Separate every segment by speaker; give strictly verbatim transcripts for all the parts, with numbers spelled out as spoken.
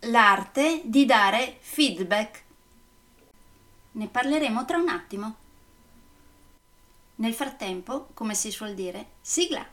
Speaker 1: l'arte di dare feedback. Ne parleremo tra un attimo. Nel frattempo, come si suol dire, sigla!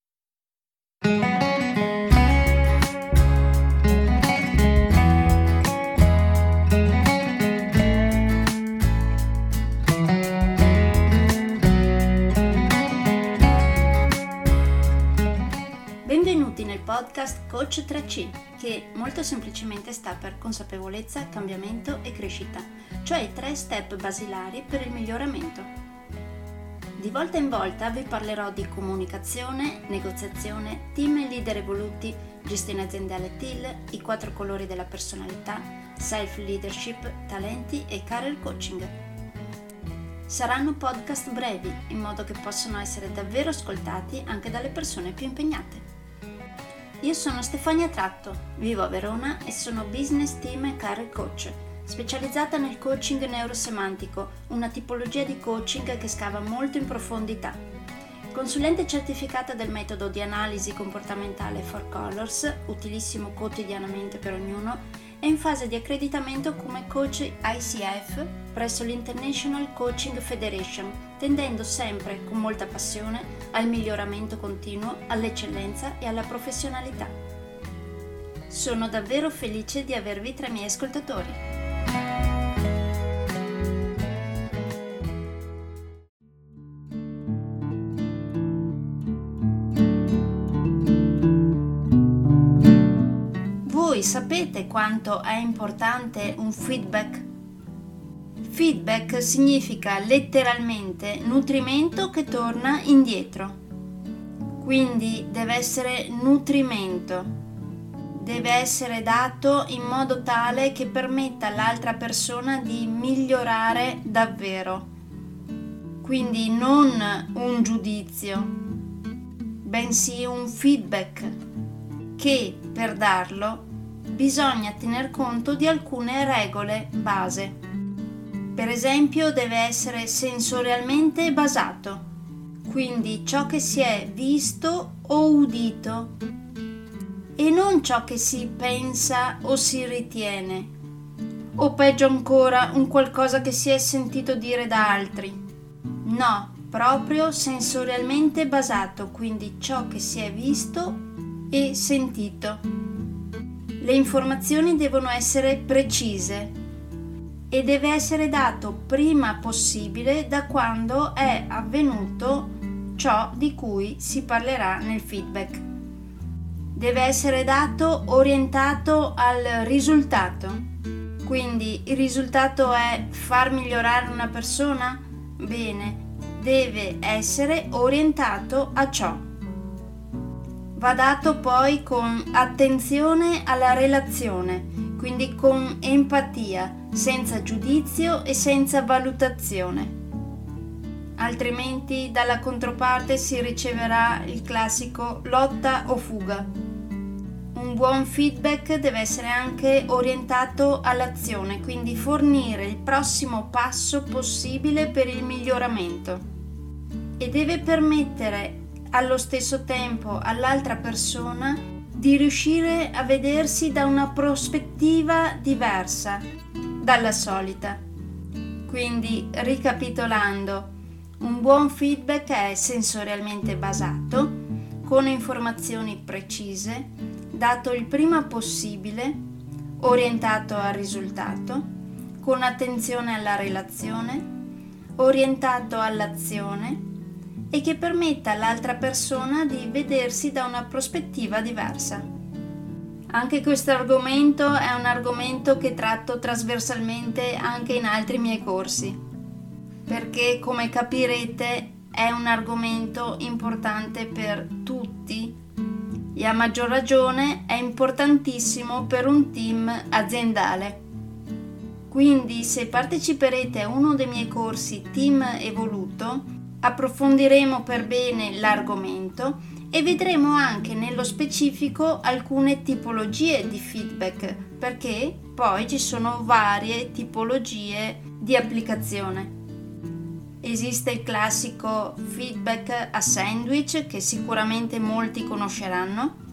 Speaker 1: Benvenuti nel podcast Coach tre C, che molto semplicemente sta per consapevolezza, cambiamento e crescita, cioè i tre step basilari per il miglioramento. Di volta in volta vi parlerò di comunicazione, negoziazione, team e leader evoluti, gestione aziendale T I L, i quattro colori della personalità, self-leadership, talenti e career coaching. Saranno podcast brevi, in modo che possano essere davvero ascoltati anche dalle persone più impegnate. Io sono Stefania Tratto, vivo a Verona e sono Business Team e Career Coach, specializzata nel coaching neurosemantico, una tipologia di coaching che scava molto in profondità. Consulente certificata del metodo di analisi comportamentale Four Colors, utilissimo quotidianamente per ognuno, è in fase di accreditamento come coach I C F presso l'International Coaching Federation, tendendo sempre con molta passione al miglioramento continuo, all'eccellenza e alla professionalità. Sono davvero felice di avervi tra i miei ascoltatori. Voi sapete quanto è importante un feedback? Feedback significa letteralmente nutrimento che torna indietro. Quindi deve essere nutrimento. Deve essere dato in modo tale che permetta all'altra persona di migliorare davvero. Quindi non un giudizio, bensì un feedback che per darlo bisogna tener conto di alcune regole base. Per esempio, deve essere sensorialmente basato, quindi ciò che si è visto o udito e non ciò che si pensa o si ritiene, o peggio ancora un qualcosa che si è sentito dire da altri. No, proprio sensorialmente basato, quindi ciò che si è visto e sentito. Le informazioni devono essere precise e deve essere dato prima possibile da quando è avvenuto ciò di cui si parlerà nel feedback. Deve essere dato orientato al risultato. Quindi il risultato è far migliorare una persona? Bene, deve essere orientato a ciò. Va dato poi con attenzione alla relazione, quindi con empatia, senza giudizio e senza valutazione. Altrimenti dalla controparte si riceverà il classico lotta o fuga. Un buon feedback deve essere anche orientato all'azione, quindi fornire il prossimo passo possibile per il miglioramento. E deve permettere allo stesso tempo all'altra persona di riuscire a vedersi da una prospettiva diversa dalla solita. Quindi, ricapitolando, un buon feedback è sensorialmente basato, con informazioni precise, dato il prima possibile, orientato al risultato, con attenzione alla relazione, orientato all'azione e che permetta all'altra persona di vedersi da una prospettiva diversa. Anche questo argomento è un argomento che tratto trasversalmente anche in altri miei corsi, perché come capirete è un argomento importante per tutti e a maggior ragione è importantissimo per un team aziendale. Quindi se parteciperete a uno dei miei corsi Team Evoluto, approfondiremo per bene l'argomento e vedremo anche nello specifico alcune tipologie di feedback, perché poi ci sono varie tipologie di applicazione. Esiste il classico feedback a sandwich che sicuramente molti conosceranno,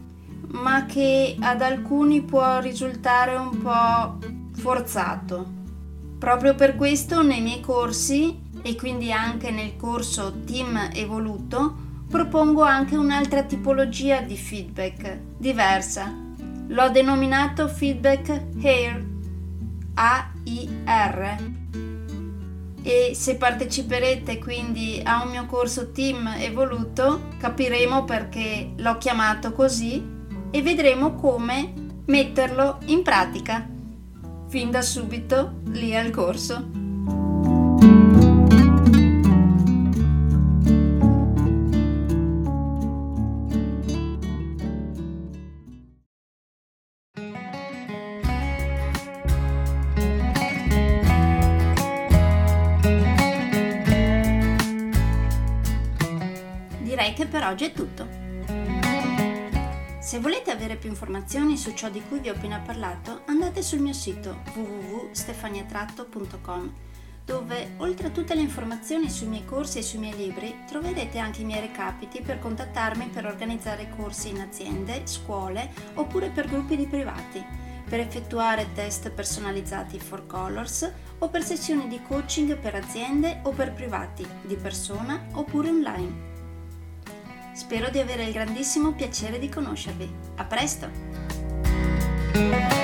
Speaker 1: ma che ad alcuni può risultare un po' forzato. Proprio per questo nei miei corsi, e quindi anche nel corso Team Evoluto, propongo anche un'altra tipologia di feedback diversa. L'ho denominato feedback A I R, A I R. E se parteciperete quindi a un mio corso Team Evoluto, capiremo perché l'ho chiamato così e vedremo come metterlo in pratica fin da subito lì al corso. Direi che per oggi è tutto. Se volete avere più informazioni su ciò di cui vi ho appena parlato, andate sul mio sito w w w punto stefania tratto punto com, dove oltre a tutte le informazioni sui miei corsi e sui miei libri troverete anche i miei recapiti per contattarmi per organizzare corsi in aziende, scuole oppure per gruppi di privati, per effettuare test personalizzati for Colors o per sessioni di coaching per aziende o per privati, di persona oppure online. Spero di avere il grandissimo piacere di conoscervi. A presto!